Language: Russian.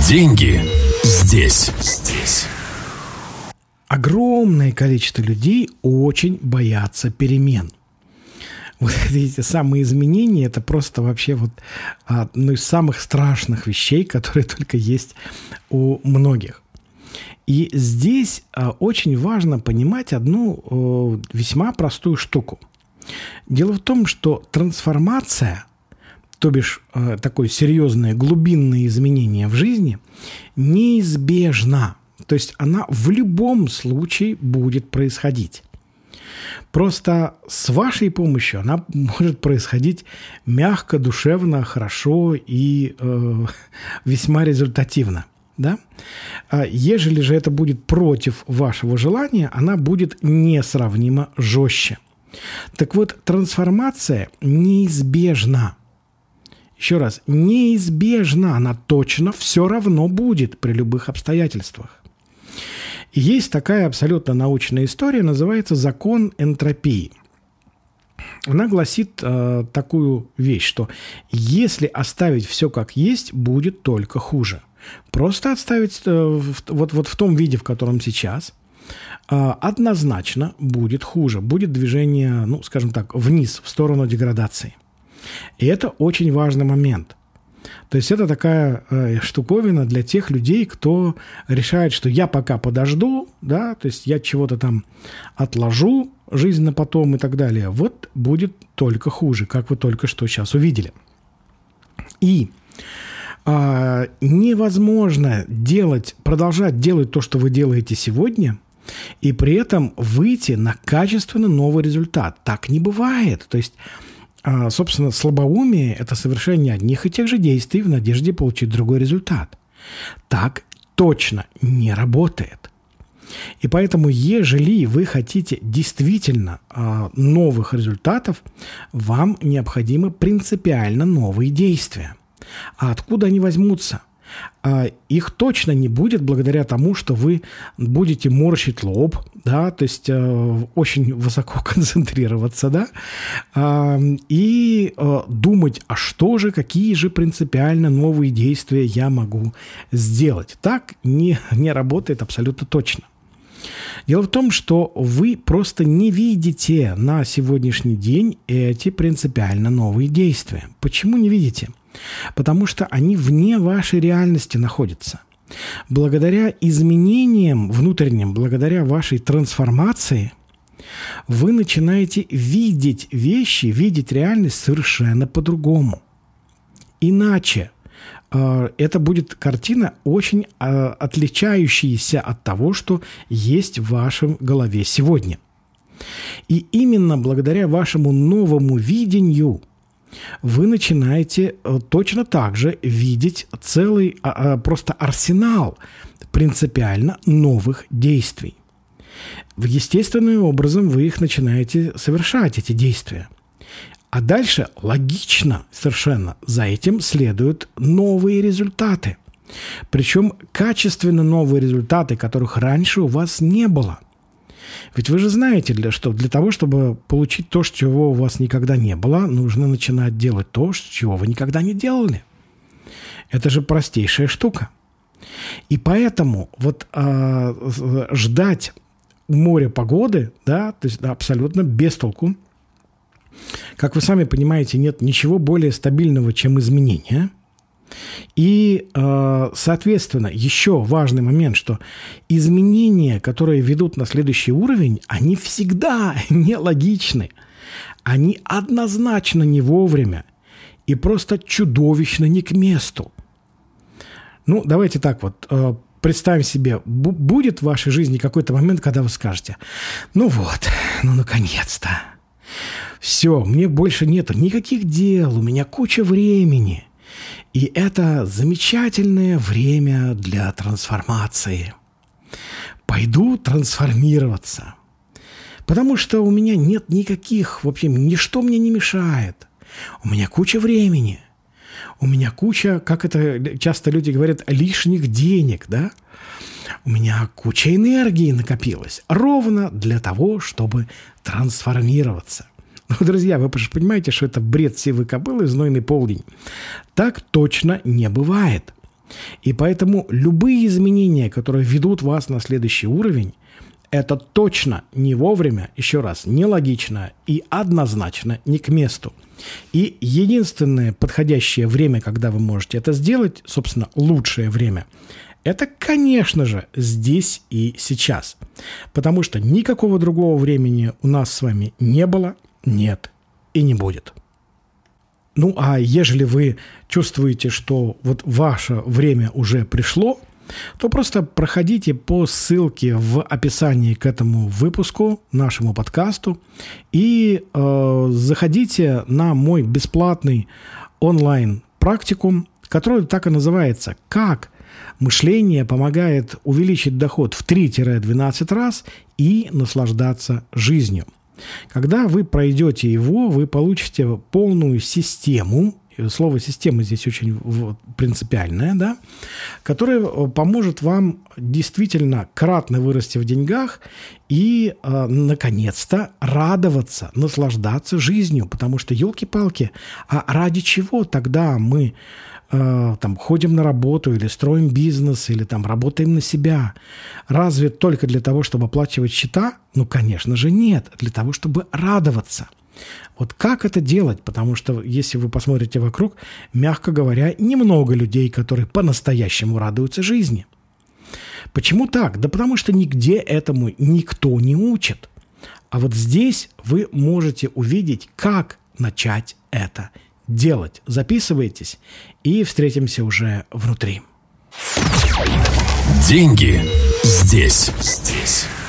Деньги здесь. Огромное количество людей очень боятся перемен. Вот эти самые изменения – это просто вообще одно из самых страшных вещей, которые только есть у многих. И здесь очень важно понимать одну весьма простую штуку. Дело в том, что трансформация, то бишь такое серьезное глубинное изменение в жизни, неизбежна. То есть она в любом случае будет происходить. Просто с вашей помощью она может происходить мягко, душевно, хорошо и весьма результативно. Да? Ежели же это будет против вашего желания, она будет несравнимо жестче. Так вот, трансформация неизбежна. Еще раз, неизбежна, она точно все равно будет при любых обстоятельствах. И есть такая абсолютно научная история, называется закон энтропии. Она гласит такую вещь, что если оставить все как есть, будет только хуже. Просто оставить вот в том виде, в котором сейчас, однозначно будет хуже. Будет движение, скажем так, вниз, в сторону деградации. И это очень важный момент. То есть это такая штуковина для тех людей, кто решает, что я пока подожду, да, то есть я чего-то там отложу, жизнь на потом и так далее. Вот будет только хуже, как вы только что сейчас увидели. И невозможно продолжать делать то, что вы делаете сегодня, и при этом выйти на качественно новый результат. Так не бывает. То есть, собственно, слабоумие – это совершение одних и тех же действий в надежде получить другой результат. Так точно не работает. И поэтому, ежели вы хотите действительно новых результатов, вам необходимы принципиально новые действия. А откуда они возьмутся? Их точно не будет благодаря тому, что вы будете морщить лоб, да, то есть очень высоко концентрироваться, да, и думать, какие же принципиально новые действия я могу сделать. Так не работает абсолютно точно. Дело в том, что вы просто не видите на сегодняшний день эти принципиально новые действия. Почему не видите? Потому что они вне вашей реальности находятся. Благодаря изменениям внутренним, благодаря вашей трансформации, вы начинаете видеть вещи, видеть реальность совершенно по-другому. Иначе это будет картина, очень отличающаяся от того, что есть в вашем голове сегодня. И именно благодаря вашему новому видению вы начинаете точно так же видеть целый просто арсенал принципиально новых действий. Естественным образом вы их начинаете совершать, эти действия. А дальше логично совершенно за этим следуют новые результаты. Причем качественно новые результаты, которых раньше у вас не было. Ведь вы же знаете, для того, чтобы получить то, чего у вас никогда не было, нужно начинать делать то, чего вы никогда не делали. Это же простейшая штука. И поэтому ждать моря погоды, да, то есть абсолютно без толку. Как вы сами понимаете, нет ничего более стабильного, чем изменения. И, соответственно, еще важный момент, что изменения, которые ведут на следующий уровень, они всегда нелогичны. Они однозначно не вовремя и просто чудовищно не к месту. Давайте так вот. Представим себе, будет в вашей жизни какой-то момент, когда вы скажете: наконец-то. Все, мне больше нету никаких дел, у меня куча времени. И это замечательное время для трансформации. Пойду трансформироваться. Потому что у меня нет никаких, вообще ничто мне не мешает. У меня куча времени. У меня куча, как это часто люди говорят, лишних денег, да? У меня куча энергии накопилась. Ровно для того, чтобы трансформироваться. Друзья, вы же понимаете, что это бред сивой кобылы, знойный полдень. Так точно не бывает. И поэтому любые изменения, которые ведут вас на следующий уровень, это точно не вовремя, еще раз, нелогично и однозначно не к месту. И единственное подходящее время, когда вы можете это сделать, собственно, лучшее время, это, конечно же, здесь и сейчас. Потому что никакого другого времени у нас с вами не было, нет и не будет. Ну, а ежели вы чувствуете, что вот ваше время уже пришло, то просто проходите по ссылке в описании к этому выпуску, нашему подкасту, и заходите на мой бесплатный онлайн-практикум, который так и называется «Как мышление помогает увеличить доход в 3-12 раз и наслаждаться жизнью». Когда вы пройдете его, вы получите полную систему, слово «система» здесь очень принципиальное, да, которое поможет вам действительно кратно вырасти в деньгах и, наконец-то, радоваться, наслаждаться жизнью. Потому что, елки-палки, а ради чего тогда мы там ходим на работу или строим бизнес, или там работаем на себя? Разве только для того, чтобы оплачивать счета? Ну, конечно же, нет. Для того, чтобы радоваться. Вот как это делать? Потому что, если вы посмотрите вокруг, мягко говоря, немного людей, которые по-настоящему радуются жизни. Почему так? Да потому что нигде этому никто не учит. А вот здесь вы можете увидеть, как начать это делать. Записывайтесь и встретимся уже внутри. Деньги здесь.